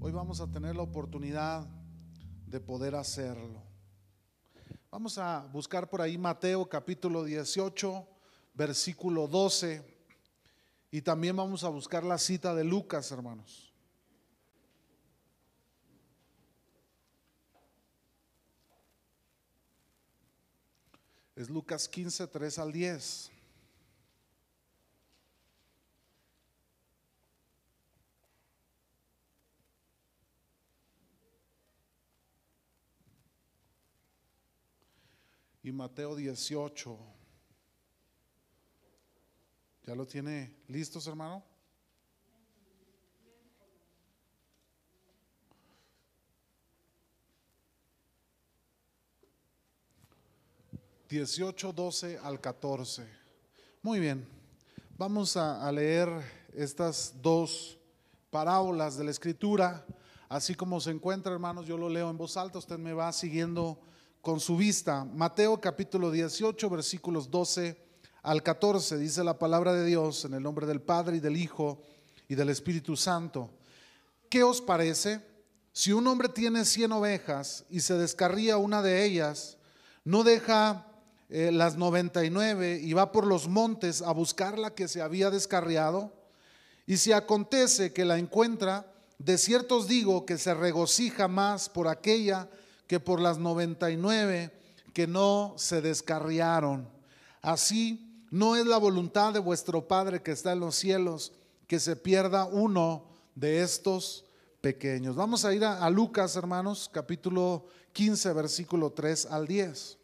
hoy vamos a tener la oportunidad de poder hacerlo. Vamos a buscar por ahí Mateo capítulo 18, versículo 12, y también vamos a buscar la cita de Lucas, hermanos. Es Lucas 15, 3 al 10. Y Mateo 18. ¿Ya lo tiene listos, hermano? (18, 12 al 14). Muy bien, vamos a leer estas dos parábolas de la Escritura, así como se encuentra, hermanos. Yo lo leo en voz alta, usted me va siguiendo con su vista. Mateo capítulo 18, versículos 12 al 14, dice la palabra de Dios, en el nombre del Padre y del Hijo y del Espíritu Santo. ¿Qué os parece? Si un hombre tiene 100 ovejas y se descarría una de ellas, ¿no deja las 99 y va por los montes a buscar la que se había descarriado? Y si acontece que la encuentra, de cierto os digo que se regocija más por aquella que por las 99 que no se descarriaron. Así no es la voluntad de vuestro Padre que está en los cielos que se pierda uno de estos pequeños. Vamos a ir a Lucas, hermanos, capítulo 15, versículo 3 al 10.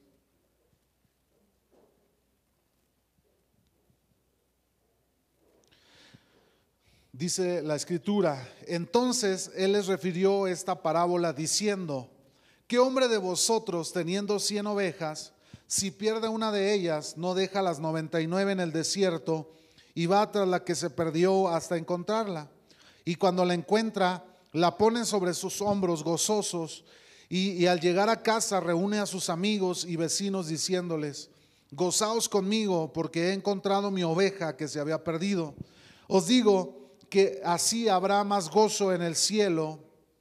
Dice la Escritura: entonces él les refirió esta parábola diciendo: ¿qué hombre de vosotros, teniendo 100 ovejas, si pierde una de ellas, no deja las 99 en el desierto y va tras la que se perdió hasta encontrarla? Y cuando la encuentra, la pone sobre sus hombros gozosos, y al llegar a casa reúne a sus amigos y vecinos diciéndoles: gozaos conmigo, porque he encontrado mi oveja que se había perdido. Os digo que así habrá más gozo en el cielo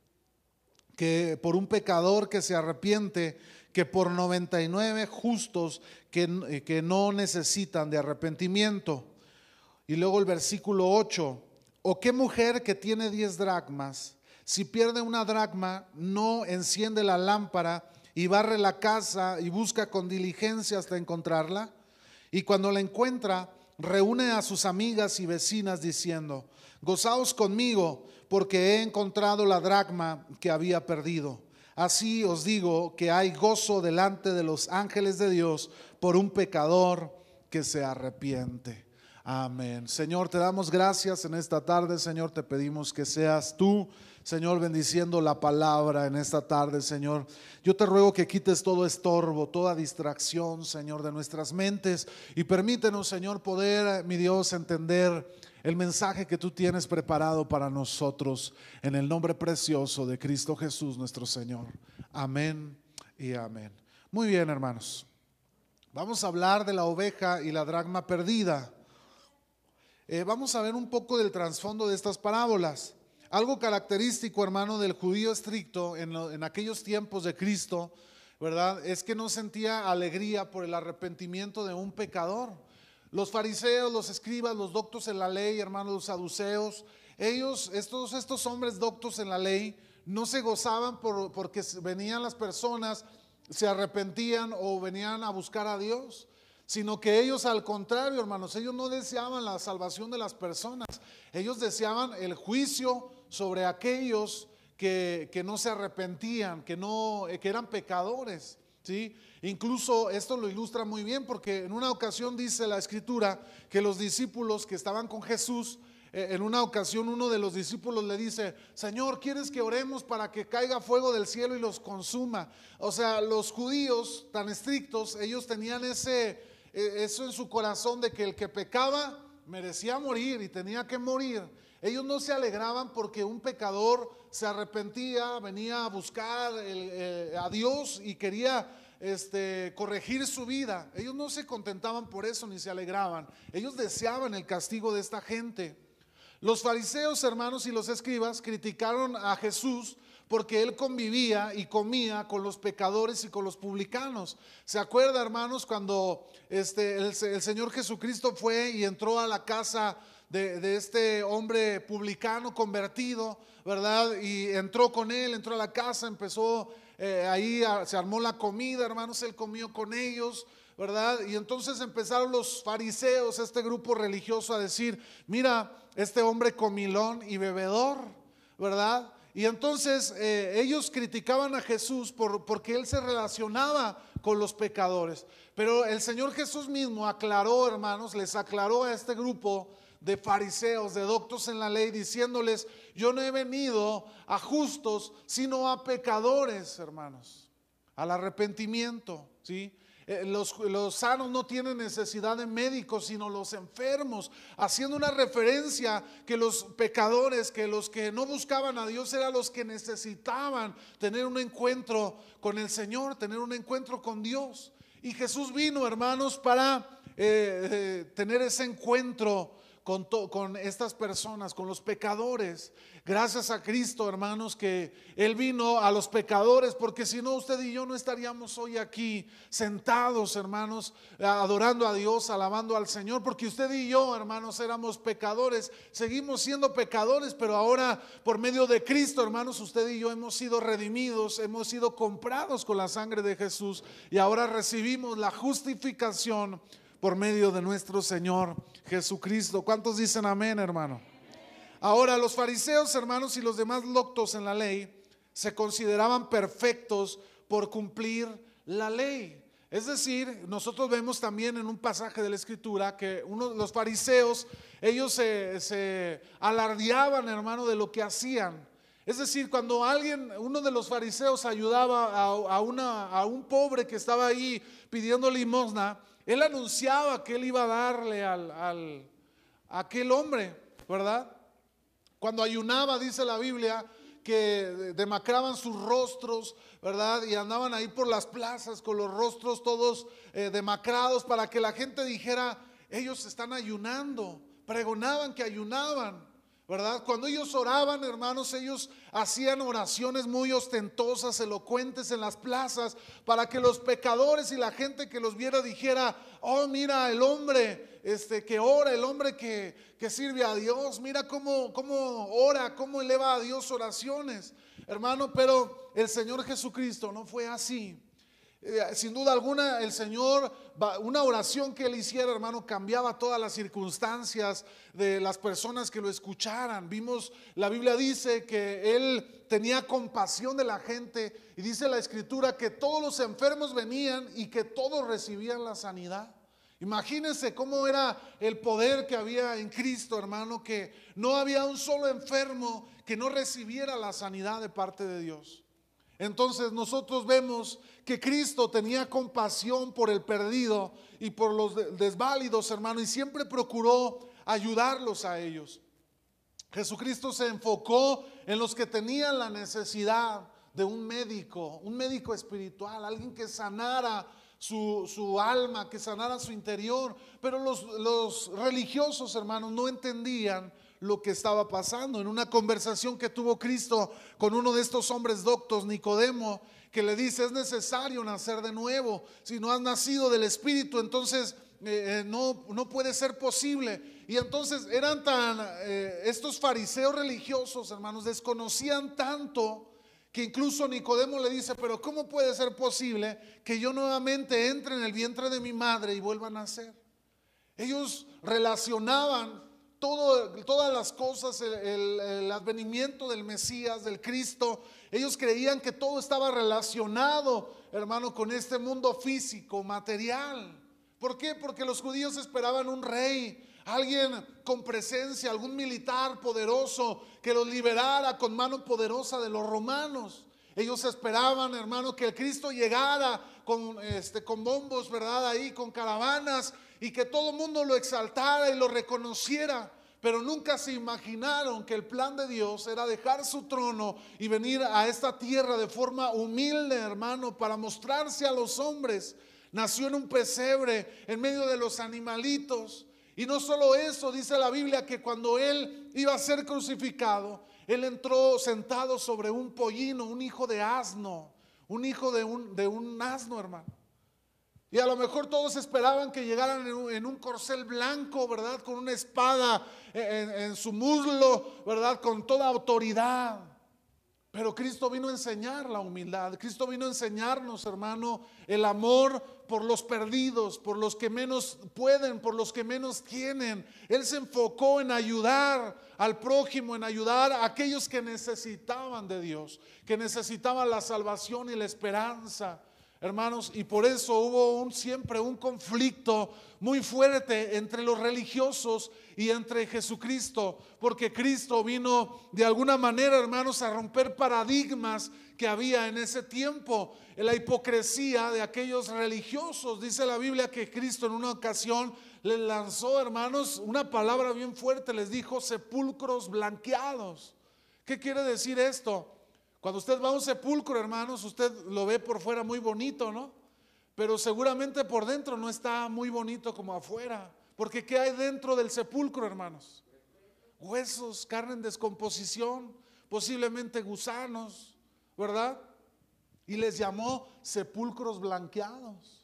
que por un pecador que se arrepiente, que por 99 justos que no necesitan de arrepentimiento. Y luego el versículo 8: ¿o qué mujer que tiene 10 dracmas, si pierde una dracma, no enciende la lámpara y barre la casa y busca con diligencia hasta encontrarla? Y cuando la encuentra, reúne a sus amigas y vecinas diciendo: gozaos conmigo, porque he encontrado la dracma que había perdido. Así os digo que hay gozo delante de los ángeles de Dios por un pecador que se arrepiente. Amén. Señor, te damos gracias en esta tarde. Señor, te pedimos que seas tú, Señor, bendiciendo la palabra en esta tarde, Señor. Yo te ruego que quites todo estorbo, toda distracción, Señor, de nuestras mentes, y permítenos, Señor, poder, mi Dios, entender el mensaje que tú tienes preparado para nosotros, en el nombre precioso de Cristo Jesús nuestro Señor. Amén y amén. Muy bien, hermanos, vamos a hablar de la oveja y la dracma perdida. Vamos a ver un poco del trasfondo de estas parábolas. Algo característico, hermano, del judío estricto en aquellos tiempos de Cristo, ¿verdad?, es que no sentía alegría por el arrepentimiento de un pecador. Los fariseos, los escribas, los doctos en la ley, hermanos, los saduceos, todos estos hombres doctos en la ley, no se gozaban porque venían las personas, se arrepentían o venían a buscar a Dios, sino que ellos, al contrario, hermanos, ellos no deseaban la salvación de las personas, ellos deseaban el juicio sobre aquellos que no se arrepentían, que eran pecadores, ¿sí? Incluso esto lo ilustra muy bien, porque en una ocasión dice la Escritura que los discípulos que estaban con Jesús, en una ocasión uno de los discípulos le dice: Señor, ¿quieres que oremos para que caiga fuego del cielo y los consuma? O sea, los judíos tan estrictos, ellos tenían eso en su corazón, de que el que pecaba merecía morir y tenía que morir. Ellos no se alegraban porque un pecador se arrepentía, venía a buscar a Dios y quería corregir su vida. Ellos no se contentaban por eso ni se alegraban. Ellos deseaban el castigo de esta gente. Los fariseos, hermanos, y los escribas criticaron a Jesús porque él convivía y comía con los pecadores y con los publicanos. ¿Se acuerda, hermanos, cuando el Señor Jesucristo fue y entró a la casa de este hombre publicano convertido, ¿verdad? Y entró con él, entró a la casa, empezó se armó la comida, hermanos, él comió con ellos, ¿verdad? Y entonces empezaron los fariseos, este grupo religioso, a decir: mira, este hombre comilón y bebedor, ¿verdad? Y entonces ellos criticaban a Jesús porque él se relacionaba con los pecadores. Pero el Señor Jesús mismo aclaró, hermanos, les aclaró a este grupo de fariseos, de doctos en la ley, diciéndoles: yo no he venido a justos, sino a pecadores, hermanos, al arrepentimiento, ¿sí? Los sanos no tienen necesidad de médicos, sino los enfermos, haciendo una referencia que los pecadores, que los que no buscaban a Dios, eran los que necesitaban tener un encuentro con el Señor, tener un encuentro con Dios. Y Jesús vino, hermanos, para tener ese encuentro con estas personas, con los pecadores. Gracias a Cristo, hermanos, que Él vino a los pecadores, porque si no, usted y yo no estaríamos hoy aquí sentados, hermanos, adorando a Dios, alabando al Señor, porque usted y yo, hermanos, éramos pecadores, seguimos siendo pecadores, pero ahora por medio de Cristo, hermanos, usted y yo hemos sido redimidos, hemos sido comprados con la sangre de Jesús, y ahora recibimos la justificación por medio de nuestro Señor Jesucristo. ¿Cuántos dicen amén, hermano? Ahora, los fariseos, hermanos, y los demás doctos en la ley se consideraban perfectos por cumplir la ley. Es decir, nosotros vemos también en un pasaje de la Escritura que los fariseos, ellos se alardeaban, hermano, de lo que hacían. Es decir, cuando uno de los fariseos ayudaba a un pobre que estaba ahí pidiendo limosna, él anunciaba que él iba a darle a aquel hombre, ¿verdad? Cuando ayunaba, dice la Biblia, que demacraban sus rostros, ¿verdad? Y andaban ahí por las plazas con los rostros todos demacrados, para que la gente dijera: ellos están ayunando. Pregonaban que ayunaban, ¿verdad? Cuando ellos oraban, hermanos, ellos hacían oraciones muy ostentosas, elocuentes en las plazas, para que los pecadores y la gente que los viera dijera: oh, mira el hombre que ora, el hombre que sirve a Dios, mira cómo ora, cómo eleva a Dios oraciones, hermano. Pero el Señor Jesucristo no fue así. Sin duda alguna, el Señor, una oración que Él hiciera, hermano, cambiaba todas las circunstancias de las personas que lo escucharan. La Biblia dice que Él tenía compasión de la gente, y dice la Escritura que todos los enfermos venían y que todos recibían la sanidad. Imagínense cómo era el poder que había en Cristo, hermano, que no había un solo enfermo que no recibiera la sanidad de parte de Dios. Entonces nosotros vemos que Cristo tenía compasión por el perdido y por los desválidos, hermano, y siempre procuró ayudarlos a ellos. Jesucristo se enfocó en los que tenían la necesidad de un médico espiritual, alguien que sanara su alma, que sanara su interior. Pero los religiosos, hermanos, no entendían lo que estaba pasando. En una conversación que tuvo Cristo con uno de estos hombres doctos, Nicodemo, que le dice: es necesario nacer de nuevo. Si no has nacido del Espíritu, entonces no puede ser posible. Y entonces estos fariseos religiosos, hermanos, desconocían tanto, que incluso Nicodemo le dice: pero ¿cómo puede ser posible que yo nuevamente entre en el vientre de mi madre y vuelva a nacer? Ellos relacionaban todas las cosas, el advenimiento del Mesías, del Cristo. Ellos creían que todo estaba relacionado, hermano, con este mundo físico, material. ¿Por qué? Porque los judíos esperaban un rey, alguien con presencia, algún militar poderoso que los liberara con mano poderosa de los romanos. Ellos esperaban, hermano, que el Cristo llegara con bombos, ¿verdad? Ahí con caravanas, y que todo el mundo lo exaltara y lo reconociera. Pero nunca se imaginaron que el plan de Dios era dejar su trono y venir a esta tierra de forma humilde, hermano, para mostrarse a los hombres. Nació en un pesebre en medio de los animalitos. Y no solo eso, dice la Biblia que cuando Él iba a ser crucificado, Él entró sentado sobre un pollino, un hijo de asno, un hijo de un asno, hermano. Y a lo mejor todos esperaban que llegaran en un corcel blanco, ¿verdad? Con una espada en su muslo, ¿verdad? Con toda autoridad. Pero Cristo vino a enseñar la humildad. Cristo vino a enseñarnos, hermano, el amor por los perdidos, por los que menos pueden, por los que menos tienen. Él se enfocó en ayudar al prójimo, en ayudar a aquellos que necesitaban de Dios, que necesitaban la salvación y la esperanza. Hermanos, y por eso hubo siempre un conflicto muy fuerte entre los religiosos y entre Jesucristo, porque Cristo vino de alguna manera, hermanos, a romper paradigmas que había en ese tiempo, en la hipocresía de aquellos religiosos. Dice la Biblia que Cristo en una ocasión les lanzó, hermanos, una palabra bien fuerte, les dijo sepulcros blanqueados. ¿Qué quiere decir esto? Cuando usted va a un sepulcro, hermanos, usted lo ve por fuera muy bonito, ¿no? Pero seguramente por dentro no está muy bonito como afuera. Porque ¿qué hay dentro del sepulcro, hermanos? Huesos, carne en descomposición, posiblemente gusanos, ¿verdad? Y les llamó sepulcros blanqueados.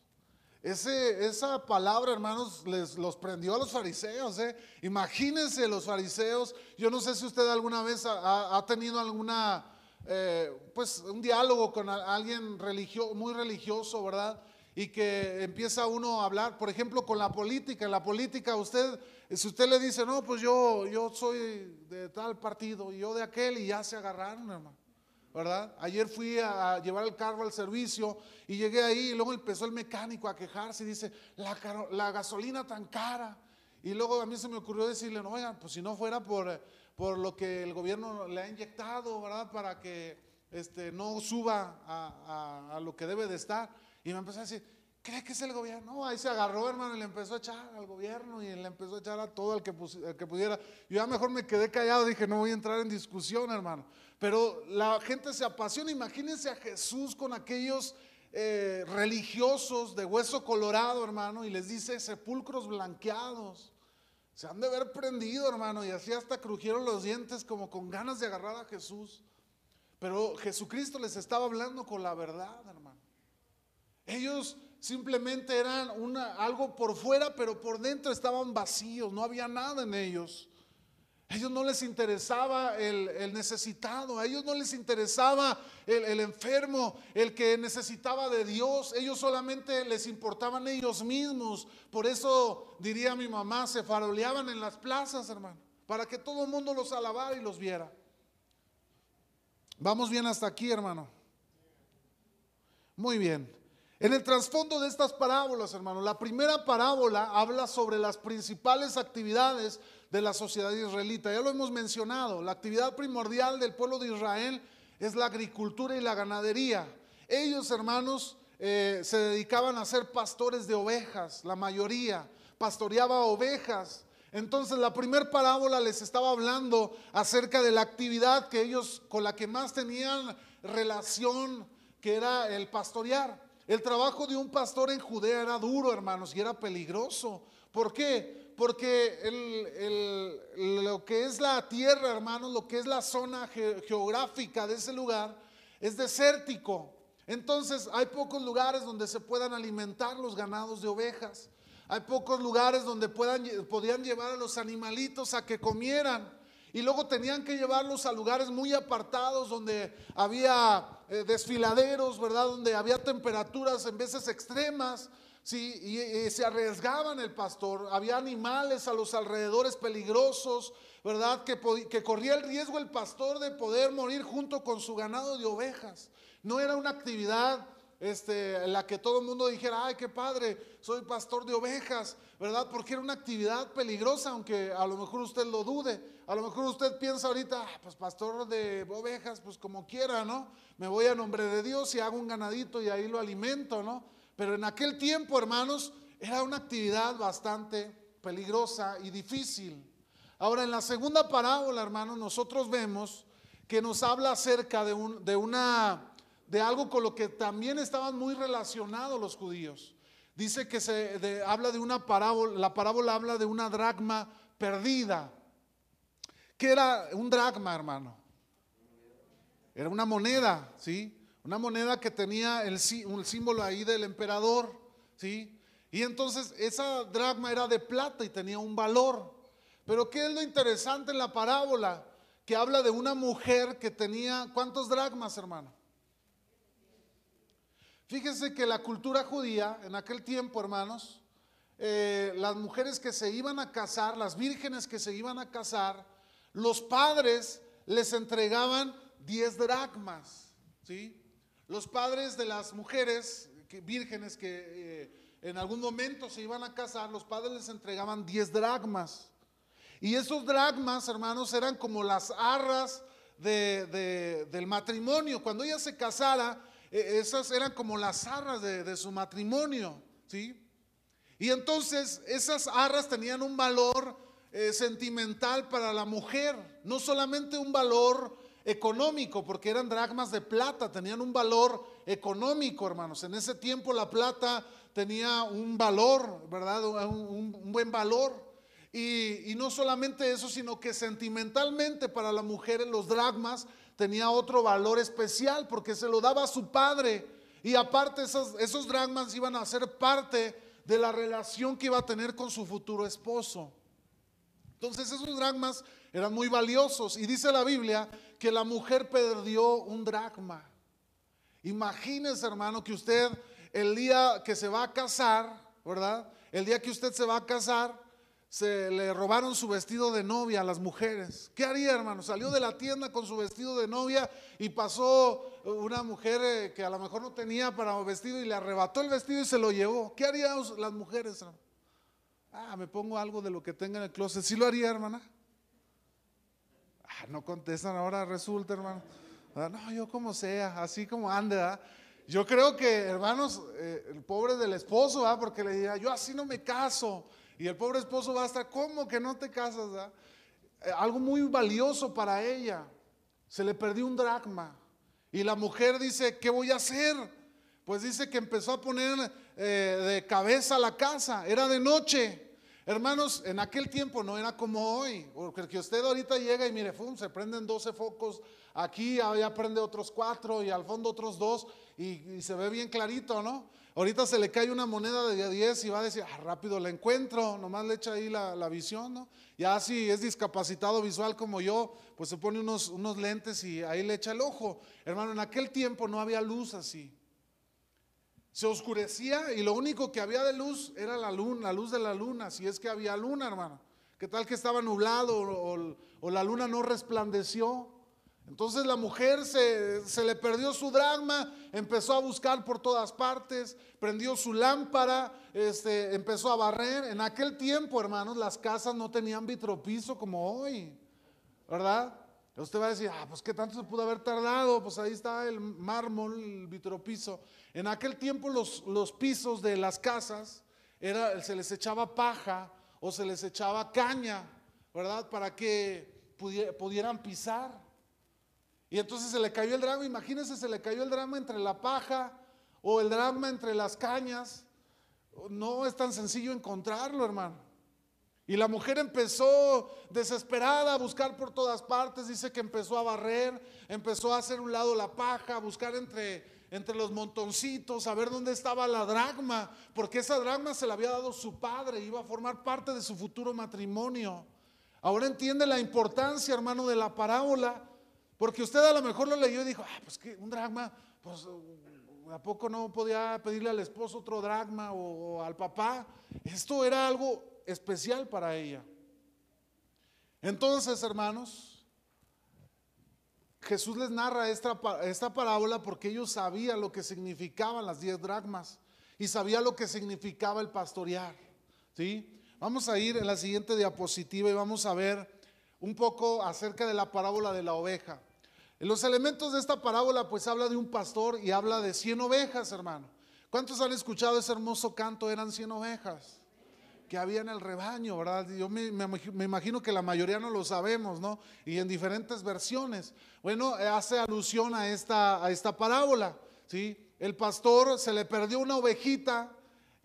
Esa palabra, hermanos, los prendió a los fariseos. Imagínense los fariseos. Yo no sé si usted alguna vez ha tenido alguna... pues un diálogo con alguien muy religioso, ¿verdad? Y que empieza uno a hablar, por ejemplo, con la política. En la política si usted le dice, no, pues yo soy de tal partido y yo de aquel, y ya se agarraron, hermano, ¿verdad? Ayer fui a llevar el carro al servicio y llegué ahí y luego empezó el mecánico a quejarse y dice, la gasolina tan cara. Y luego a mí se me ocurrió decirle, no, oigan, pues si no fuera por lo que el gobierno le ha inyectado, ¿verdad? Para que no suba a lo que debe de estar. Y me empezó a decir, ¿cree que es el gobierno? No, ahí se agarró, hermano, y le empezó a echar al gobierno y le empezó a echar a todo el que pudiera. Yo ya mejor me quedé callado, dije, no voy a entrar en discusión, hermano. Pero la gente se apasiona. Imagínense a Jesús con aquellos religiosos de hueso colorado, hermano, y les dice sepulcros blanqueados. Se han de haber prendido, hermano, y así hasta crujieron los dientes como con ganas de agarrar a Jesús. Pero Jesucristo les estaba hablando con la verdad, hermano. Ellos simplemente eran algo por fuera, pero por dentro estaban vacíos, no había nada en ellos. A ellos no les interesaba el necesitado, a ellos no les interesaba el enfermo, el que necesitaba de Dios. Ellos solamente les importaban ellos mismos. Por eso diría mi mamá, se faroleaban en las plazas, hermano, para que todo el mundo los alabara y los viera. Vamos bien hasta aquí, hermano. Muy bien. En el trasfondo de estas parábolas, hermano, la primera parábola habla sobre las principales actividades de la sociedad israelita. Ya lo hemos mencionado, la actividad primordial del pueblo de Israel es la agricultura y la ganadería. Ellos, hermanos, se dedicaban a ser pastores de ovejas, la mayoría pastoreaba ovejas. Entonces la primera parábola les estaba hablando acerca de la actividad que ellos, con la que más tenían relación, que era el pastorear. El trabajo de un pastor en Judea era duro, hermanos, y era peligroso. ¿Por qué? Porque lo que es la tierra, hermanos, lo que es la zona geográfica de ese lugar es desértico. Entonces hay pocos lugares donde se puedan alimentar los ganados de ovejas. Hay pocos lugares donde podían llevar a los animalitos a que comieran. Y luego tenían que llevarlos a lugares muy apartados donde había desfiladeros, ¿verdad? Donde había temperaturas en veces extremas, ¿sí? Y se arriesgaban el pastor. Había animales a los alrededores peligrosos, ¿verdad? Que corría el riesgo el pastor de poder morir junto con su ganado de ovejas. No era una actividad en la que todo el mundo dijera, ay, qué padre, soy pastor de ovejas, ¿verdad? Porque era una actividad peligrosa, aunque a lo mejor usted lo dude. A lo mejor usted piensa ahorita, pues pastor de ovejas, pues como quiera, ¿no? Me voy a nombre de Dios y hago un ganadito y ahí lo alimento, ¿no? Pero en aquel tiempo, hermanos, era una actividad bastante peligrosa y difícil. Ahora, en la segunda parábola, hermanos, nosotros vemos que nos habla acerca de algo con lo que también estaban muy relacionados los judíos. Dice que habla de una parábola, la parábola habla de una dracma perdida. ¿Qué era un dracma, hermano? Era una moneda, ¿sí? Una moneda que tenía un símbolo ahí del emperador, ¿sí? Y entonces esa dracma era de plata y tenía un valor. Pero ¿qué es lo interesante en la parábola? Que habla de una mujer que tenía, ¿cuántos dracmas, hermano? Fíjense que la cultura judía en aquel tiempo, hermanos, las mujeres que se iban a casar, las vírgenes que se iban a casar, los padres les entregaban 10 dracmas, ¿sí? Los padres de las mujeres vírgenes que en algún momento se iban a casar, los padres les entregaban 10 dracmas. Y esos dracmas, hermanos, eran como las arras del matrimonio. Cuando ella se casara, esas eran como las arras de su matrimonio, ¿sí? Y entonces esas arras tenían un valor sentimental para la mujer, no solamente un valor económico, porque eran dracmas de plata, tenían un valor económico, hermanos. En ese tiempo la plata tenía un valor, ¿verdad? Un buen valor. Y no solamente eso, sino que sentimentalmente para la mujer los dracmas tenía otro valor especial, porque se lo daba a su padre. Y aparte esos dracmas iban a ser parte de la relación que iba a tener con su futuro esposo. Entonces esos dracmas eran muy valiosos. Y dice la Biblia que la mujer perdió un dracma. Imagínese, hermano, que usted el día que se va a casar, ¿verdad? El día que usted se va a casar, se le robaron su vestido de novia a las mujeres. ¿Qué haría, hermano? Salió de la tienda con su vestido de novia y pasó una mujer que a lo mejor no tenía para vestido y le arrebató el vestido y se lo llevó. ¿Qué harían las mujeres, hermano? Me pongo algo de lo que tenga en el closet. ¿Sí lo haría, hermana? No contestan ahora, resulta, hermano. No, yo como sea, así como ande, ¿verdad? Yo creo que, hermanos, el pobre del esposo, ¿verdad? Porque le diría, yo así no me caso. Y el pobre esposo va a estar, ¿cómo que no te casas? Algo muy valioso para ella. Se le perdió un dracma. Y la mujer dice, ¿qué voy a hacer? Pues dice que empezó a poner de cabeza la casa. Era de noche. Hermanos, en aquel tiempo no era como hoy. Porque usted ahorita llega y mire, se prenden 12 focos. Aquí allá prende otros 4 y al fondo otros 2 y se ve bien clarito, ¿no? Ahorita se le cae una moneda de 10 y va a decir, rápido la encuentro, nomás le echa ahí la visión, ¿no? Ya si es discapacitado visual como yo, pues se pone unos lentes y ahí le echa el ojo. Hermano, en aquel tiempo no había luz así. Se oscurecía y lo único que había de luz era la luna, la luz de la luna, si es que había luna, hermano. ¿Qué tal que estaba nublado o la luna no resplandeció? Entonces la mujer se le perdió su dracma, empezó a buscar por todas partes, prendió su lámpara, empezó a barrer. En aquel tiempo, hermanos, las casas no tenían vitropiso como hoy, ¿verdad? Usted va a decir, pues qué tanto se pudo haber tardado, pues ahí está el mármol, el vitropiso. En aquel tiempo los pisos de las casas se les echaba paja o se les echaba caña, ¿verdad? Para que pudieran pisar. Y entonces se le cayó el dracma, imagínense, se le cayó el dracma entre la paja o el dracma entre las cañas. No es tan sencillo encontrarlo, hermano. Y la mujer empezó desesperada a buscar por todas partes. Dice que empezó a barrer, empezó a hacer un lado la paja, a buscar entre los montoncitos, a ver dónde estaba la dracma, porque esa dracma se la había dado su padre, iba a formar parte de su futuro matrimonio. Ahora entiende la importancia, hermano, de la parábola. Porque usted a lo mejor lo leyó y dijo, pues que un dracma, pues ¿a poco no podía pedirle al esposo otro dracma o al papá? Esto era algo especial para ella. Entonces, hermanos, Jesús les narra esta parábola porque ellos sabían lo que significaban las 10 dracmas y sabía lo que significaba el pastorear, ¿sí? Vamos a ir en la siguiente diapositiva y vamos a ver un poco acerca de la parábola de la oveja. En los elementos de esta parábola pues habla de un pastor y habla de 100 ovejas, hermano. ¿Cuántos han escuchado ese hermoso canto? Eran 100 ovejas que había en el rebaño, ¿verdad? Yo me imagino que la mayoría no lo sabemos, ¿no? Y en diferentes versiones. Bueno, hace alusión a esta parábola, ¿sí? El pastor se le perdió una ovejita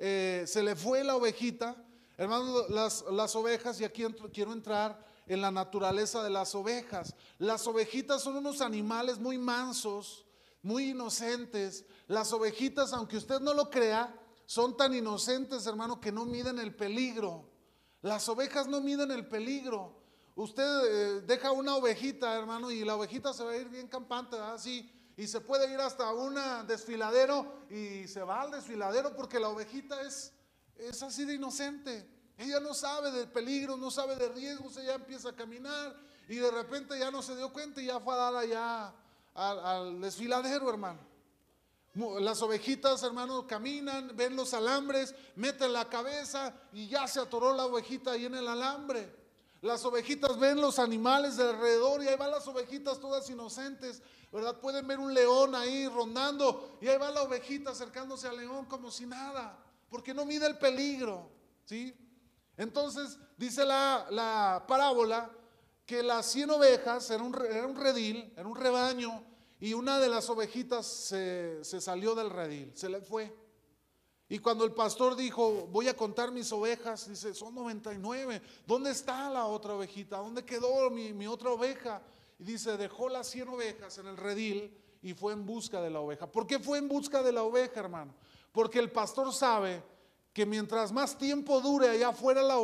se le fue la ovejita. Hermanos, las ovejas, y aquí quiero entrar en la naturaleza de las ovejas. Las ovejitas son unos animales muy mansos, muy inocentes. Las ovejitas, aunque usted no lo crea, son tan inocentes, hermano, que no miden el peligro. Las ovejas no miden el peligro. Usted deja una ovejita, hermano, y la ovejita se va a ir bien campante, ¿verdad? Así, y se puede ir hasta un desfiladero y se va al desfiladero porque la ovejita es así de inocente. Ella no sabe del peligro, no sabe de riesgos. Ella empieza a caminar y de repente ya no se dio cuenta y ya fue a dar allá al desfiladero, hermano. Las ovejitas, hermano, caminan, ven los alambres, meten la cabeza y ya se atoró la ovejita ahí en el alambre. Las ovejitas ven los animales de alrededor y ahí van las ovejitas todas inocentes, ¿verdad? Pueden ver un león ahí rondando y ahí va la ovejita acercándose al león como si nada, porque no mide el peligro, ¿sí? Entonces dice la parábola que las 100 ovejas era un redil, era un rebaño, y una de las ovejitas se salió del redil, se le fue. Y cuando el pastor dijo, voy a contar mis ovejas, dice, son 99. ¿Dónde está la otra ovejita? ¿Dónde quedó mi otra oveja? Y dice, dejó las 100 ovejas en el redil y fue en busca de la oveja. ¿Por qué fue en busca de la oveja, hermano? Porque el pastor sabe que mientras más tiempo dure allá afuera la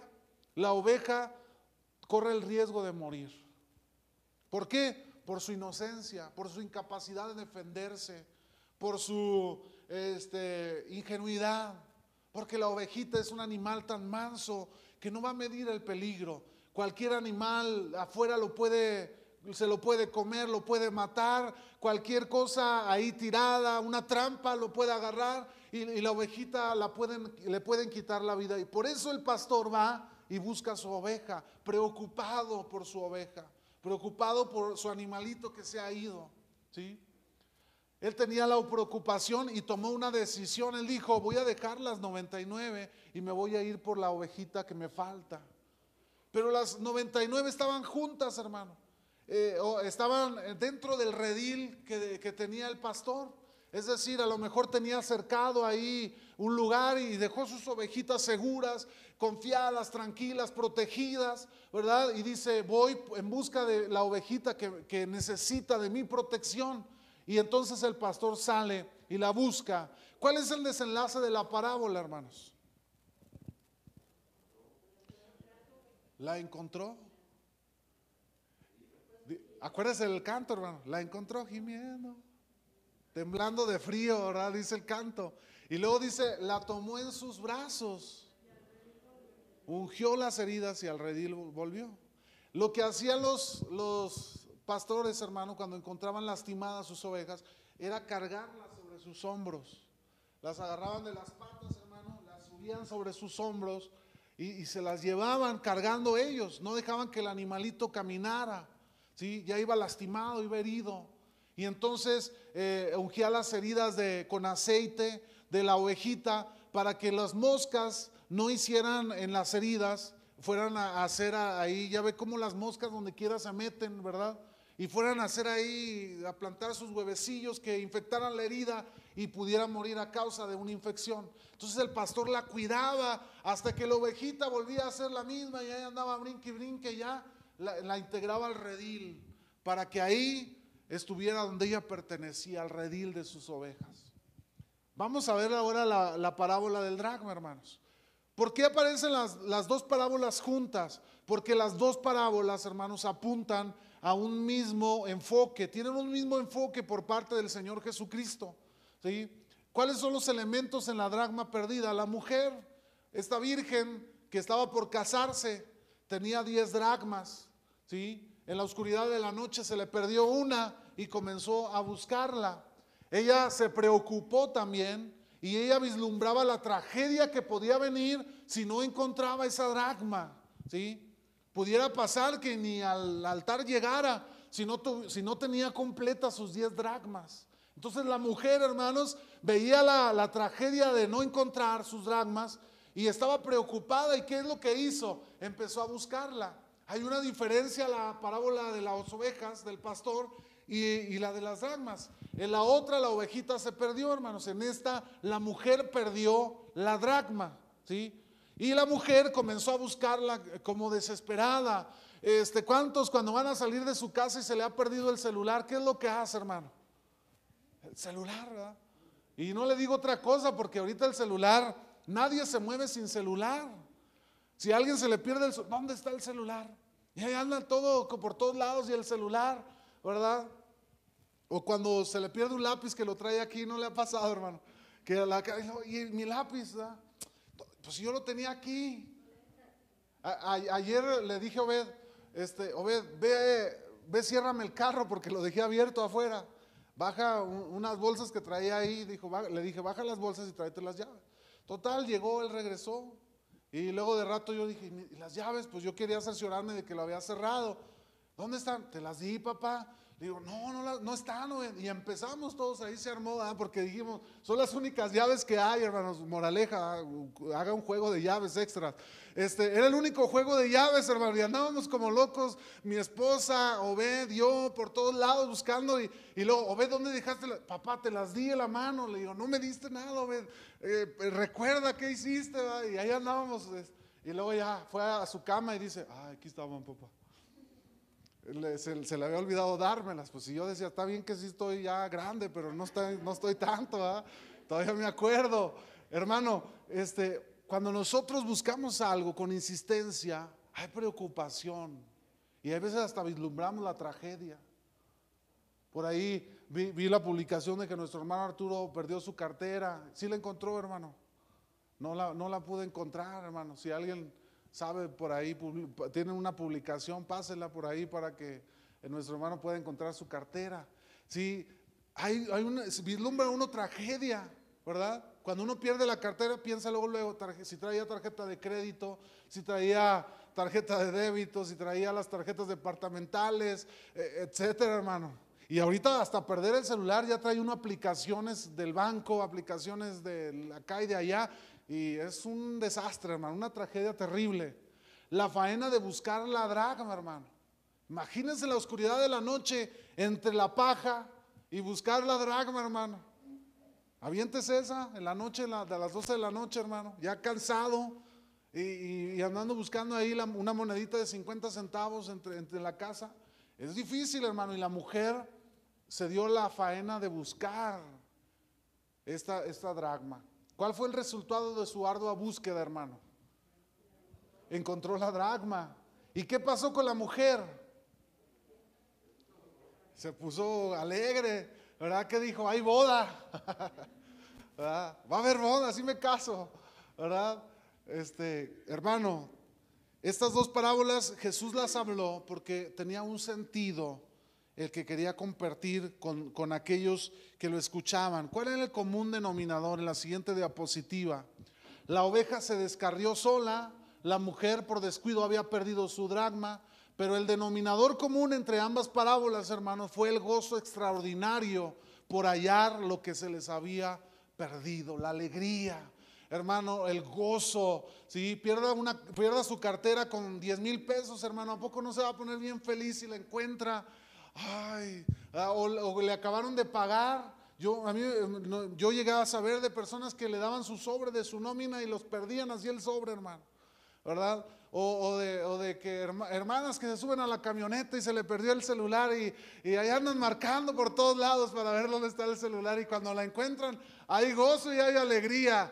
oveja corre el riesgo de morir. ¿Por qué? Por su inocencia, por su incapacidad de defenderse, por su ingenuidad, porque la ovejita es un animal tan manso que no va a medir el peligro. Cualquier animal afuera se lo puede comer, lo puede matar, cualquier cosa ahí tirada, una trampa lo puede agarrar y la ovejita le pueden quitar la vida. Y por eso el pastor va y busca a su oveja, preocupado por su oveja, preocupado por su animalito que se ha ido, ¿sí? Él tenía la preocupación y tomó una decisión. Él dijo, voy a dejar las 99 y me voy a ir por la ovejita que me falta. Pero las 99 estaban juntas, hermano. Estaban dentro del redil que tenía el pastor. Es decir, a lo mejor tenía cercado ahí un lugar y dejó sus ovejitas seguras, confiadas, tranquilas, protegidas, ¿verdad? Y dice, voy en busca de la ovejita que necesita de mi protección. Y entonces el pastor sale y la busca. ¿Cuál es el desenlace de la parábola, hermanos? La encontró. Acuérdese del canto, hermano. La encontró gimiendo, temblando de frío, ¿verdad? Dice el canto. Y luego dice, la tomó en sus brazos, ungió las heridas y al redil volvió. Lo que hacían los pastores, hermano, cuando encontraban lastimadas sus ovejas, era cargarlas sobre sus hombros. Las agarraban de las patas, hermano, las subían sobre sus hombros y se las llevaban cargando ellos. No dejaban que el animalito caminara, ¿sí? Ya iba lastimado, iba herido. Y entonces ungía las heridas con aceite de la ovejita para que las moscas no hicieran en las heridas, fueran a hacer ahí, ya ve cómo las moscas donde quiera se meten, ¿verdad? Y fueran a hacer ahí, a plantar sus huevecillos que infectaran la herida y pudiera morir a causa de una infección. Entonces el pastor la cuidaba hasta que la ovejita volvía a ser la misma y ahí andaba brinque y brinque, ya la integraba al redil para que ahí estuviera donde ella pertenecía, al redil de sus ovejas. Vamos a ver ahora la parábola del dracma, hermanos. ¿Por qué aparecen las dos parábolas juntas? Porque las dos parábolas, hermanos, apuntan a un mismo enfoque, tienen un mismo enfoque por parte del Señor Jesucristo, ¿sí? ¿Cuáles son los elementos en la dracma perdida? La mujer, esta virgen que estaba por casarse, tenía 10 dracmas, ¿sí? En la oscuridad de la noche se le perdió una y comenzó a buscarla. Ella se preocupó también y ella vislumbraba la tragedia que podía venir si no encontraba esa dracma, ¿sí? Pudiera pasar que ni al altar llegara si no tenía completas sus 10 dracmas. Entonces la mujer, hermanos, veía la tragedia de no encontrar sus dracmas y estaba preocupada. ¿Y qué es lo que hizo? Empezó a buscarla. Hay una diferencia la parábola de las ovejas del pastor y la de las dracmas. En la otra la ovejita se perdió, hermanos. En esta la mujer perdió la dracma, ¿sí? Y la mujer comenzó a buscarla como desesperada. ¿Cuántos cuando van a salir de su casa y se le ha perdido el celular, qué es lo que hace, hermano? El celular, ¿verdad? Y no le digo otra cosa porque ahorita el celular, nadie se mueve sin celular. Si a alguien se le pierde ¿dónde está el celular? Y ahí anda todo por todos lados y el celular, ¿verdad? O cuando se le pierde un lápiz que lo trae aquí, ¿no le ha pasado, hermano? Y mi lápiz, ¿verdad? Pues yo lo tenía aquí. Ayer le dije a Obed, Obed, ve, ciérrame el carro porque lo dejé abierto afuera. Baja unas bolsas que traía ahí, le dije, baja las bolsas y tráete las llaves. Total, llegó, él regresó. Y luego de rato yo dije, ¿y las llaves? Pues yo quería cerciorarme de que lo había cerrado. ¿Dónde están? Te las di, papá. Le digo, no están. Y empezamos todos, ahí se armó, porque dijimos, son las únicas llaves que hay, hermanos. Moraleja, haga un juego de llaves extras. Era el único juego de llaves, hermanos, y andábamos como locos, mi esposa, Obed, yo, por todos lados buscando. Y luego, Obed, ¿dónde dejaste? Papá, te las di en la mano. Le digo, no me diste nada, Obed. Recuerda qué hiciste, ¿verdad? Y ahí andábamos. Y luego ya fue a su cama y dice, aquí estaban, papá. Se le había olvidado dármelas. Pues si yo decía, está bien que sí estoy ya grande, pero no estoy tanto, ¿verdad? Todavía me acuerdo, hermano. Cuando nosotros buscamos algo con insistencia, hay preocupación y a veces hasta vislumbramos la tragedia. Por ahí vi la publicación de que nuestro hermano Arturo perdió su cartera. ¿Sí la encontró, hermano? No la pude encontrar, hermano. Si alguien sabe por ahí, tienen una publicación, pásela por ahí para que nuestro hermano pueda encontrar su cartera. Sí, vislumbra uno tragedia, ¿verdad? Cuando uno pierde la cartera, piensa luego, si traía tarjeta de crédito, si traía tarjeta de débito, si traía las tarjetas departamentales, etcétera, hermano. Y ahorita hasta perder el celular ya trae uno aplicaciones del banco, aplicaciones de acá y de allá. Y es un desastre, hermano, una tragedia terrible. La faena de buscar la dracma, hermano. Imagínense la oscuridad de la noche entre la paja y buscar la dracma, hermano. Aviéntese esa en la noche, de las 12 de la noche, hermano, ya cansado y andando buscando ahí una monedita de 50 centavos entre la casa. Es difícil, hermano, y la mujer se dio la faena de buscar esta dracma. ¿Cuál fue el resultado de su ardua búsqueda, hermano? Encontró la dracma. ¿Y qué pasó con la mujer? Se puso alegre, ¿verdad? ¿Qué dijo? ¡Hay boda! ¿Verdad? Va a haber boda, así me caso, ¿verdad? Hermano, estas dos parábolas Jesús las habló porque tenía un sentido el que quería compartir con aquellos que lo escuchaban. ¿Cuál era el común denominador? En la siguiente diapositiva. La oveja se descarrió sola, la mujer por descuido había perdido su dracma, pero el denominador común entre ambas parábolas, hermanos, fue el gozo extraordinario por hallar lo que se les había perdido, la alegría. Hermano, el gozo, ¿sí? Pierda su cartera con 10,000 pesos, hermano, ¿a poco no se va a poner bien feliz si la encuentra? O le acabaron de pagar. Yo llegué a saber de personas que le daban su sobre de su nómina y los perdían así el sobre, hermano, ¿verdad? O de que hermanas que se suben a la camioneta y se le perdió el celular y ahí andan marcando por todos lados para ver dónde está el celular, y cuando la encuentran hay gozo y hay alegría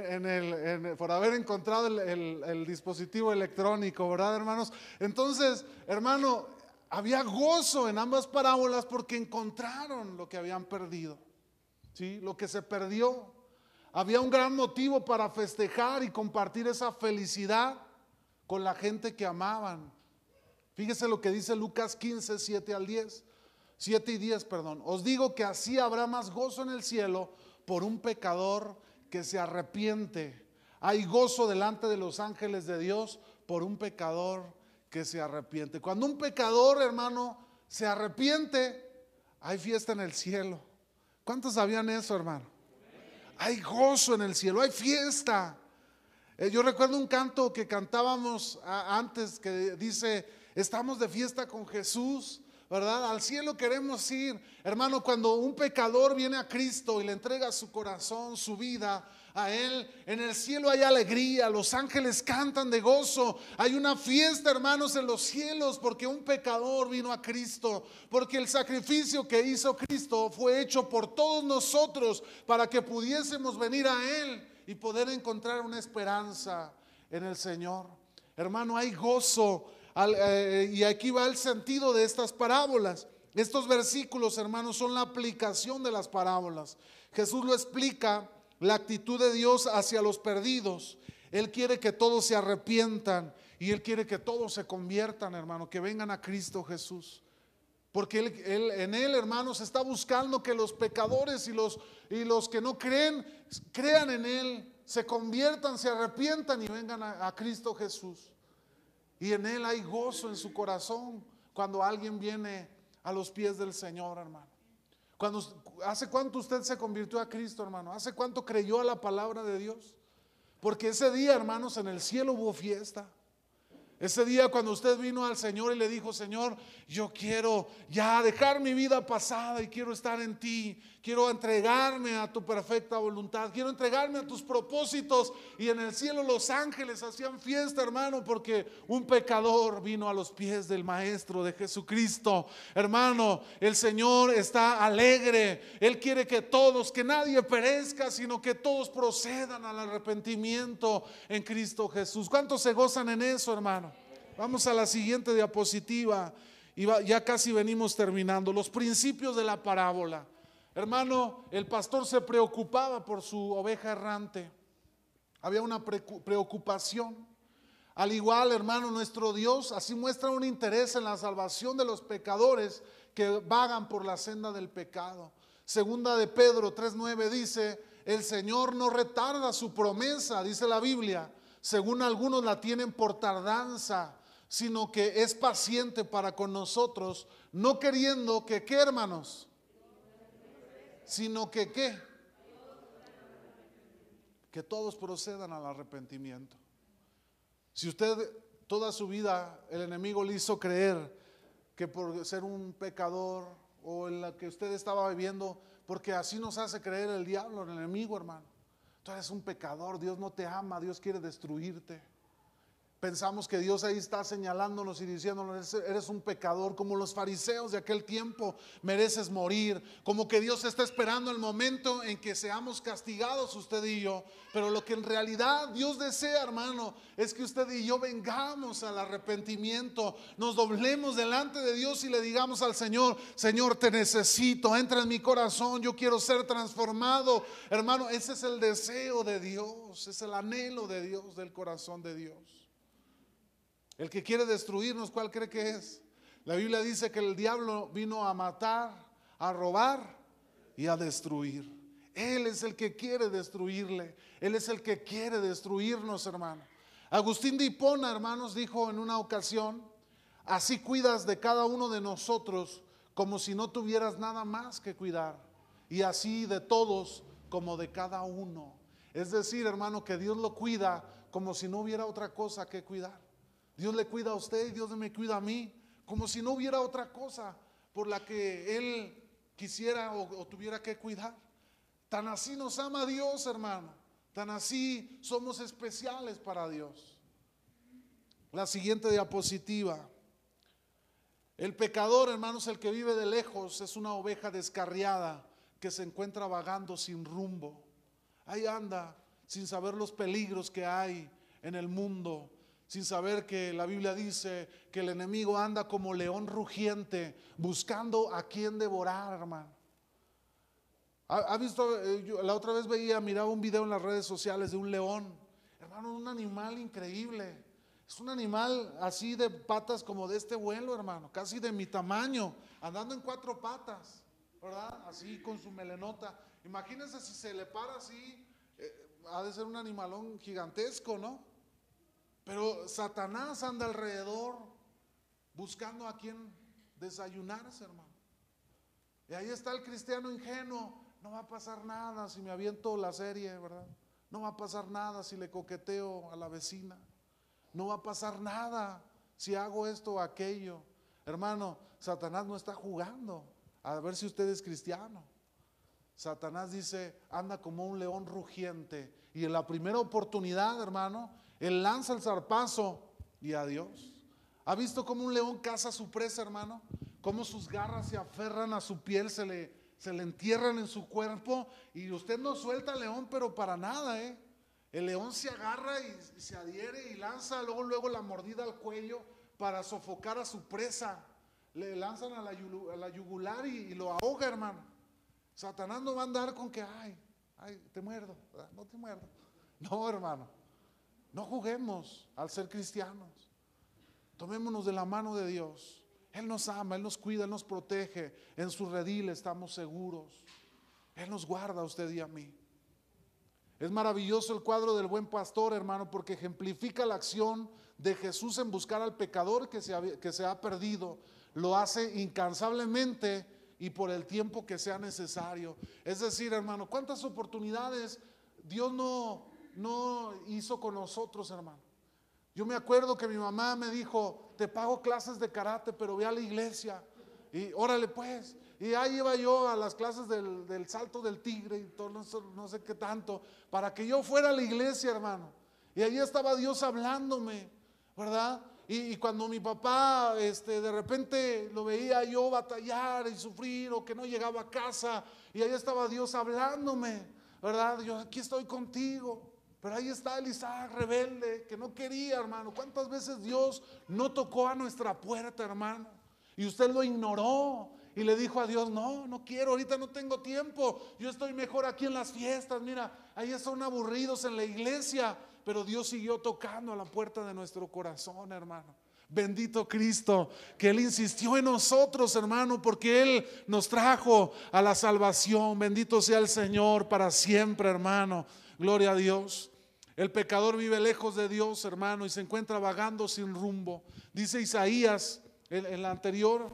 por haber encontrado el dispositivo electrónico, ¿verdad, hermanos? Entonces, hermano, había gozo en ambas parábolas porque encontraron lo que habían perdido, ¿sí? Lo que se perdió. Había un gran motivo para festejar y compartir esa felicidad con la gente que amaban. Fíjese lo que dice Lucas 15, 7 y 10, perdón. Os digo que así habrá más gozo en el cielo por un pecador que se arrepiente. Hay gozo delante de los ángeles de Dios por un pecador que se arrepiente. Cuando un pecador, hermano, se arrepiente, hay fiesta en el cielo. ¿Cuántos sabían eso, hermano? Hay gozo en el cielo, hay fiesta. Yo recuerdo un canto que cantábamos antes que dice, estamos de fiesta con Jesús, ¿verdad? Al cielo queremos ir. Hermano, cuando un pecador viene a Cristo y le entrega su corazón, su vida a Él, en el cielo hay alegría, los ángeles cantan de gozo, hay una fiesta, hermanos, en los cielos, porque un pecador vino a Cristo, porque el sacrificio que hizo Cristo fue hecho por todos nosotros para que pudiésemos venir a Él y poder encontrar una esperanza en el Señor. Hermano, hay gozo. Y aquí va el sentido de estas parábolas. Estos versículos, hermanos, son la aplicación de las parábolas. Jesús lo explica, la actitud de Dios hacia los perdidos. Él quiere que todos se arrepientan y Él quiere que todos se conviertan, hermano, que vengan a Cristo Jesús. Porque en Él, hermanos, está buscando que los pecadores y los que no creen, crean en Él, se conviertan, se arrepientan y vengan a Cristo Jesús. Y en Él hay gozo en su corazón cuando alguien viene a los pies del Señor, hermano. ¿Hace cuánto usted se convirtió a Cristo, hermano? ¿Hace cuánto creyó a la palabra de Dios? Porque ese día, hermanos, en el cielo hubo fiesta. Ese día cuando usted vino al Señor y le dijo: Señor, yo quiero ya dejar mi vida pasada y quiero estar en ti, quiero entregarme a tu perfecta voluntad, quiero entregarme a tus propósitos. Y en el cielo los ángeles hacían fiesta, hermano, porque un pecador vino a los pies del Maestro, de Jesucristo. Hermano, el Señor está alegre. Él quiere que todos, que nadie perezca, sino que todos procedan al arrepentimiento en Cristo Jesús. ¿Cuántos se gozan en eso, hermano? Vamos a la siguiente diapositiva y ya casi venimos terminando. Los principios de la parábola. Hermano, el pastor se preocupaba por su oveja errante. Había una preocupación. Al igual, hermano, nuestro Dios así muestra un interés en la salvación de los pecadores que vagan por la senda del pecado. Segunda de Pedro 3:9 dice: el Señor no retarda su promesa, dice la Biblia, según algunos la tienen por tardanza, sino que es paciente para con nosotros, no queriendo que, ¿qué, hermanos? Sino que, ¿qué? Que todos procedan al arrepentimiento. Si usted toda su vida el enemigo le hizo creer que por ser un pecador o en la que usted estaba viviendo, porque así nos hace creer el diablo, el enemigo, hermano. Tú eres un pecador, Dios no te ama, Dios quiere destruirte. Pensamos que Dios ahí está señalándonos y diciéndonos: eres un pecador, como los fariseos de aquel tiempo, mereces morir. Como que Dios está esperando el momento en que seamos castigados usted y yo. Pero lo que en realidad Dios desea, hermano, es que usted y yo vengamos al arrepentimiento, nos doblemos delante de Dios y le digamos al Señor: Señor, te necesito, entra en mi corazón, yo quiero ser transformado. Hermano, ese es el deseo de Dios, es el anhelo de Dios, del corazón de Dios. El que quiere destruirnos, ¿cuál cree que es? La Biblia dice que el diablo vino a matar, a robar y a destruir. Él es el que quiere destruirle. Él es el que quiere destruirnos, hermano. Agustín de Hipona, hermanos, dijo en una ocasión: así cuidas de cada uno de nosotros como si no tuvieras nada más que cuidar, y así de todos como de cada uno. Es decir, hermano, que Dios lo cuida como si no hubiera otra cosa que cuidar. Dios le cuida a usted y Dios me cuida a mí, como si no hubiera otra cosa por la que Él quisiera o tuviera que cuidar. Tan así nos ama Dios, hermano. Tan así somos especiales para Dios. La siguiente diapositiva. El pecador, hermanos, el que vive de lejos, es una oveja descarriada que se encuentra vagando sin rumbo. Ahí anda, sin saber los peligros que hay en el mundo, sin saber que la Biblia dice que el enemigo anda como león rugiente buscando a quien devorar, hermano. ¿Ha visto? La otra vez miraba un video en las redes sociales de un león, hermano, un animal increíble. Es un animal así de patas como de este vuelo, hermano, casi de mi tamaño, andando en 4 patas, ¿verdad? Así con su melenota. Imagínense si se le para así, ha de ser un animalón gigantesco, ¿no? Pero Satanás anda alrededor buscando a quien desayunarse, hermano. Y ahí está el cristiano ingenuo: no va a pasar nada si me aviento la serie, ¿verdad? No va a pasar nada si le coqueteo a la vecina. No va a pasar nada si hago esto o aquello. Hermano, Satanás no está jugando a ver si usted es cristiano. Satanás dice, anda como un león rugiente, y en la primera oportunidad, hermano, él lanza el zarpazo y adiós. ¿Ha visto cómo un león caza a su presa, hermano? Cómo sus garras se aferran a su piel, se le entierran en su cuerpo, y usted no suelta al león, pero para nada, El león se agarra y se adhiere y lanza luego la mordida al cuello para sofocar a su presa. Le lanzan a la yugular y lo ahoga, hermano. Satanás no va a andar con que, ay, te muerdo, no te muerdo. No, hermano, no juguemos al ser cristianos. Tomémonos de la mano de Dios. Él nos ama, Él nos cuida, Él nos protege. En su redil estamos seguros. Él nos guarda a usted y a mí. Es maravilloso el cuadro del buen pastor, hermano, porque ejemplifica la acción de Jesús en buscar al pecador que se ha perdido. Lo hace incansablemente y por el tiempo que sea necesario. Es decir, hermano, ¿cuántas oportunidades Dios no hizo con nosotros, hermano? Yo me acuerdo que mi mamá me dijo, te pago clases de karate, pero ve a la iglesia. Y órale pues. Y ahí iba yo a las clases del salto del tigre y todo, no sé qué tanto, para que yo fuera a la iglesia, hermano. Y ahí estaba Dios hablándome, ¿verdad? Y cuando mi papá de repente lo veía yo batallar y sufrir, o que no llegaba a casa, y ahí estaba Dios hablándome, ¿verdad? Yo aquí estoy contigo. Pero ahí está el Isaac rebelde que no quería, hermano. ¿Cuántas veces Dios no tocó a nuestra puerta, hermano? Y usted lo ignoró y le dijo a Dios, no quiero, ahorita no tengo tiempo, yo estoy mejor aquí en las fiestas, mira, ahí son aburridos en la iglesia. Pero Dios siguió tocando a la puerta de nuestro corazón, hermano. Bendito Cristo, que Él insistió en nosotros, hermano, porque Él nos trajo a la salvación. Bendito sea el Señor para siempre, hermano. Gloria a Dios. El pecador vive lejos de Dios, hermano, y se encuentra vagando sin rumbo. Dice Isaías, en la anterior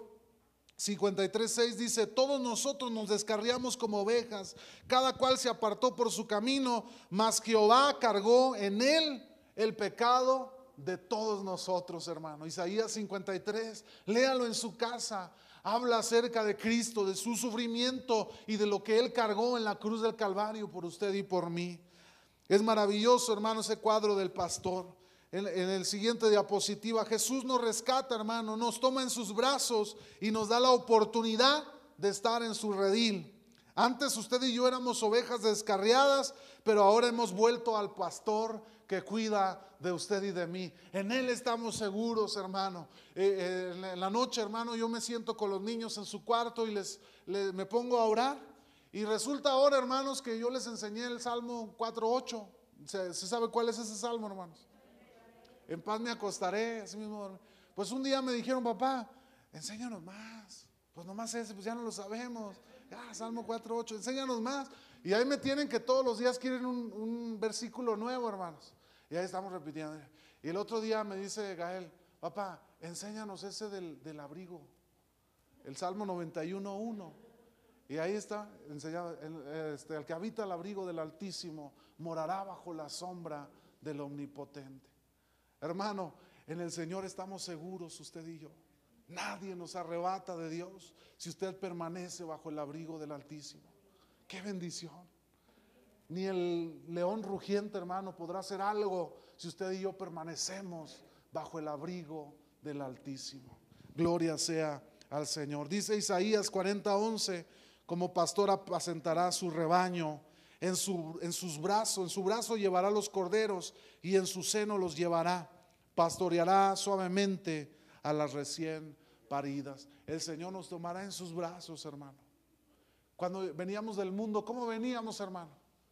53:6, dice, todos nosotros nos descarriamos como ovejas, cada cual se apartó por su camino, mas Jehová cargó en él el pecado de todos nosotros, hermano. Isaías 53, léalo en su casa. Habla acerca de Cristo, de su sufrimiento y de lo que Él cargó en la cruz del Calvario por usted y por mí. Es maravilloso, hermano, ese cuadro del pastor. En el siguiente diapositiva, Jesús nos rescata, hermano, nos toma en sus brazos y nos da la oportunidad de estar en su redil. Antes usted y yo éramos ovejas descarriadas, pero ahora hemos vuelto al pastor que cuida de usted y de mí. En Él estamos seguros, hermano. En la noche, hermano, yo me siento con los niños en su cuarto y me pongo a orar. Y resulta ahora, hermanos, que yo les enseñé el Salmo 4:8. ¿Se sabe cuál es ese salmo, hermanos? En paz me acostaré, así mismo. Pues un día me dijeron, papá, enséñanos más. Pues nomás ese, pues ya no lo sabemos. Salmo 4:8, enséñanos más. Y ahí me tienen que todos los días quieren un versículo nuevo, hermanos. Y ahí estamos repitiendo. Y el otro día me dice Gael, papá, enséñanos ese del abrigo. El Salmo 91:1. Y ahí está enseñado, el que habita el abrigo del Altísimo morará bajo la sombra del Omnipotente. Hermano, en el Señor estamos seguros, usted y yo. Nadie nos arrebata de Dios si usted permanece bajo el abrigo del Altísimo. ¡Qué bendición! Ni el león rugiente, hermano, podrá hacer algo si usted y yo permanecemos bajo el abrigo del Altísimo. Gloria sea al Señor. Dice Isaías 40:11, como pastor apacentará su rebaño. En su brazo llevará los corderos y en su seno los llevará. Pastoreará suavemente a las recién paridas. El Señor nos tomará en sus brazos, hermano. Cuando veníamos del mundo, ¿cómo veníamos, hermano?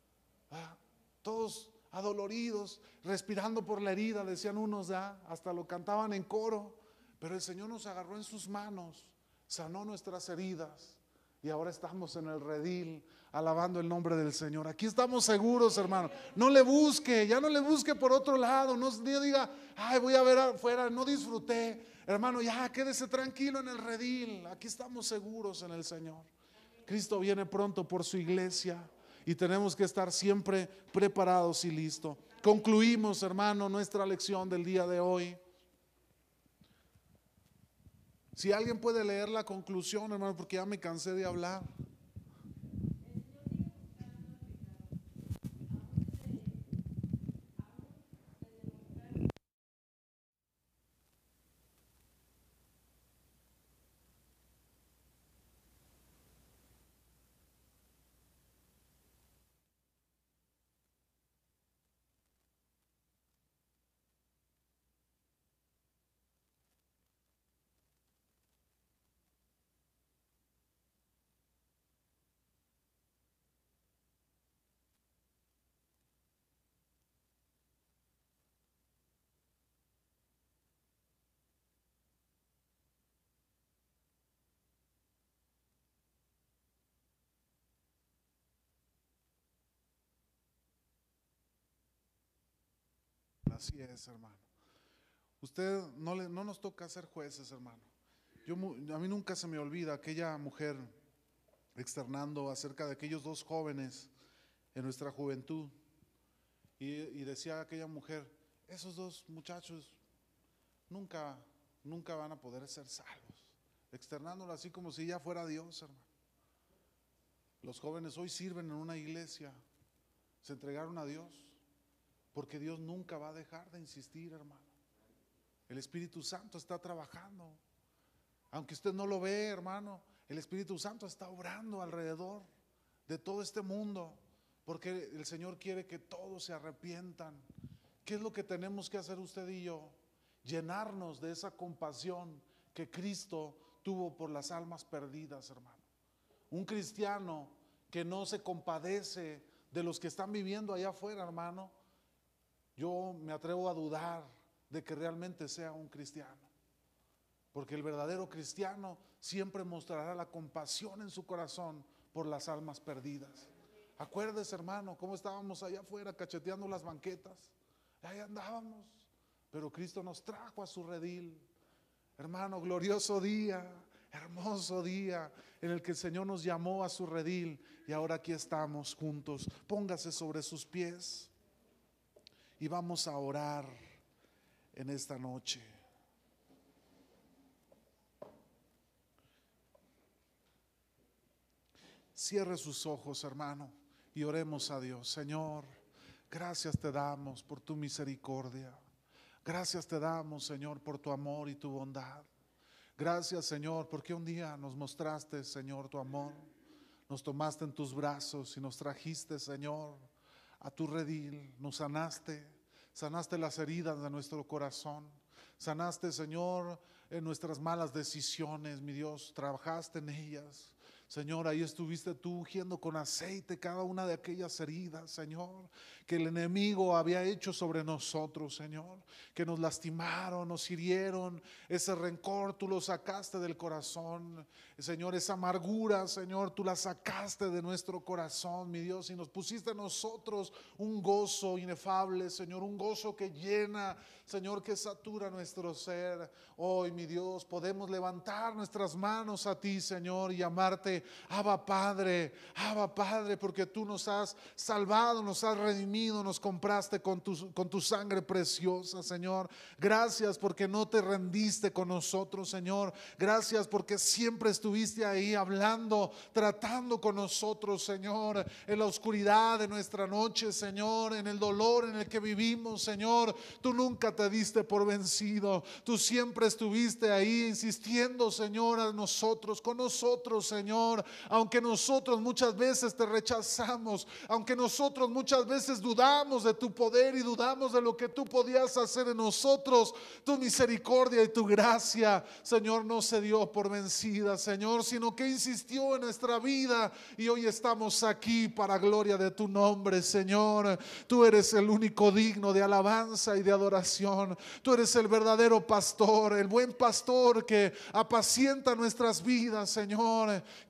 Todos adoloridos, respirando por la herida, decían unos, hasta lo cantaban en coro. Pero el Señor nos agarró en sus manos, sanó nuestras heridas. Y ahora estamos en el redil, alabando el nombre del Señor. Aquí estamos seguros, hermano. No le busque, ya no le busque por otro lado. No diga, voy a ver afuera, no disfruté. Hermano, ya quédese tranquilo en el redil. Aquí estamos seguros en el Señor. Cristo viene pronto por su iglesia y tenemos que estar siempre preparados y listos. Concluimos, hermano, nuestra lección del día de hoy. Si alguien puede leer la conclusión, hermano, porque ya me cansé de hablar. Así es, hermano. Usted no nos toca ser jueces, hermano. A mí nunca se me olvida aquella mujer externando acerca de aquellos dos jóvenes en nuestra juventud. Y decía aquella mujer, esos dos muchachos nunca van a poder ser salvos. Externándolo así como si ya fuera Dios, hermano. Los jóvenes hoy sirven en una iglesia, se entregaron a Dios, porque Dios nunca va a dejar de insistir, hermano. El Espíritu Santo está trabajando. Aunque usted no lo ve, hermano, el Espíritu Santo está obrando alrededor de todo este mundo, porque el Señor quiere que todos se arrepientan. ¿Qué es lo que tenemos que hacer usted y yo? Llenarnos de esa compasión que Cristo tuvo por las almas perdidas, hermano. Un cristiano que no se compadece de los que están viviendo allá afuera, hermano, yo me atrevo a dudar de que realmente sea un cristiano. Porque el verdadero cristiano siempre mostrará la compasión en su corazón por las almas perdidas. Acuérdese, hermano, cómo estábamos allá afuera cacheteando las banquetas. Ahí andábamos, pero Cristo nos trajo a su redil. Hermano, glorioso día, hermoso día en el que el Señor nos llamó a su redil y ahora aquí estamos juntos. Póngase sobre sus pies y vamos a orar en esta noche. Cierre sus ojos, hermano, y oremos a Dios. Señor, gracias te damos por tu misericordia. Gracias te damos, Señor, por tu amor y tu bondad. Gracias, Señor, porque un día nos mostraste, Señor, tu amor. Nos tomaste en tus brazos y nos trajiste, Señor, a tu redil. Nos sanaste las heridas de nuestro corazón. Sanaste, Señor, en nuestras malas decisiones, mi Dios. Trabajaste en ellas. Señor, ahí estuviste tú ungiendo con aceite cada una de aquellas heridas, Señor, que el enemigo había hecho sobre nosotros, Señor, que nos lastimaron, nos hirieron. Ese rencor tú lo sacaste del corazón, Señor, esa amargura, Señor, tú la sacaste de nuestro corazón, mi Dios, y nos pusiste en nosotros un gozo inefable, Señor, un gozo que llena, Señor, que satura nuestro ser. Hoy, mi Dios, podemos levantar nuestras manos a ti, Señor, y llamarte Abba Padre, porque tú nos has salvado, nos has redimido, nos compraste con tu sangre preciosa, Señor. Gracias porque no te rendiste con nosotros, Señor. Gracias porque siempre estuviste ahí hablando, tratando con nosotros, Señor, en la oscuridad de nuestra noche, Señor, en el dolor en el que vivimos, Señor. Tú nunca te diste por vencido. Tú siempre estuviste ahí insistiendo, Señor, con nosotros, Señor. Aunque nosotros muchas veces te rechazamos, aunque nosotros muchas veces dudamos de tu poder y dudamos de lo que tú podías hacer en nosotros, tu misericordia y tu gracia, Señor, no se dio por vencida, Señor, sino que insistió en nuestra vida y hoy estamos aquí para gloria de tu nombre, Señor. Tú eres el único digno de alabanza y de adoración. Tú eres el verdadero pastor, el buen pastor que apacienta nuestras vidas, Señor, que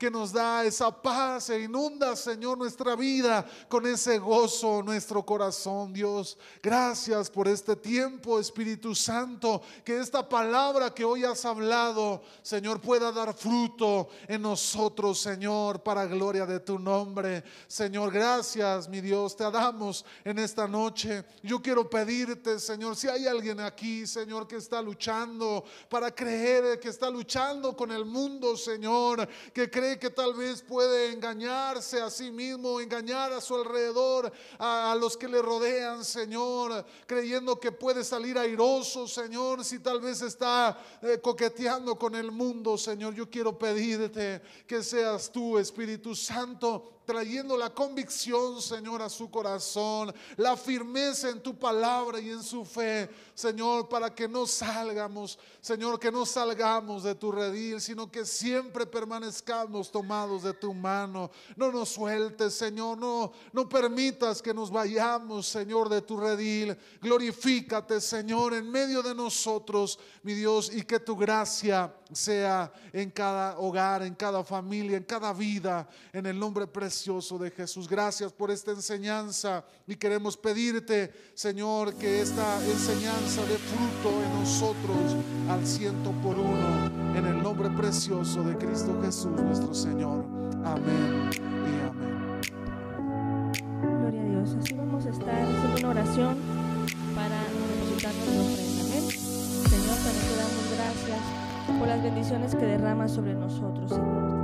que nos da esa paz e inunda, Señor, nuestra vida con ese gozo, nuestro corazón, Dios. Gracias por este tiempo, Espíritu Santo, que esta palabra que hoy has hablado, Señor, pueda dar fruto en nosotros, Señor, para gloria de tu nombre. Señor, gracias, mi Dios, te damos en esta noche. Yo quiero pedirte, Señor, si hay alguien aquí, Señor, que está luchando para creer, que está luchando con el mundo, Señor, que cree que tal vez puede engañarse a sí mismo, engañar a su alrededor, a los que le rodean, Señor, creyendo que puede salir airoso, Señor, si tal vez está coqueteando con el mundo, Señor. Yo quiero pedirte que seas tú, Espíritu Santo, trayendo la convicción, Señor, a su corazón, la firmeza en tu palabra y en su fe, Señor, para que no salgamos, Señor, que no salgamos de tu redil, sino que siempre permanezcamos tomados de tu mano. No nos sueltes, Señor, no permitas que nos vayamos, Señor, de tu redil. Glorifícate, Señor, en medio de nosotros, mi Dios, y que tu gracia sea en cada hogar, en cada familia, en cada vida, en el nombre precioso de Jesús. Gracias por esta enseñanza y queremos pedirte, Señor, que esta enseñanza dé fruto en nosotros al 100%, en el nombre precioso de Cristo Jesús nuestro Señor. Amén y amén. Gloria a Dios. Así vamos a estar haciendo una oración para depositar nuestra ofrenda. Amén. Señor, también te damos gracias por las bendiciones que derramas sobre nosotros, Señor.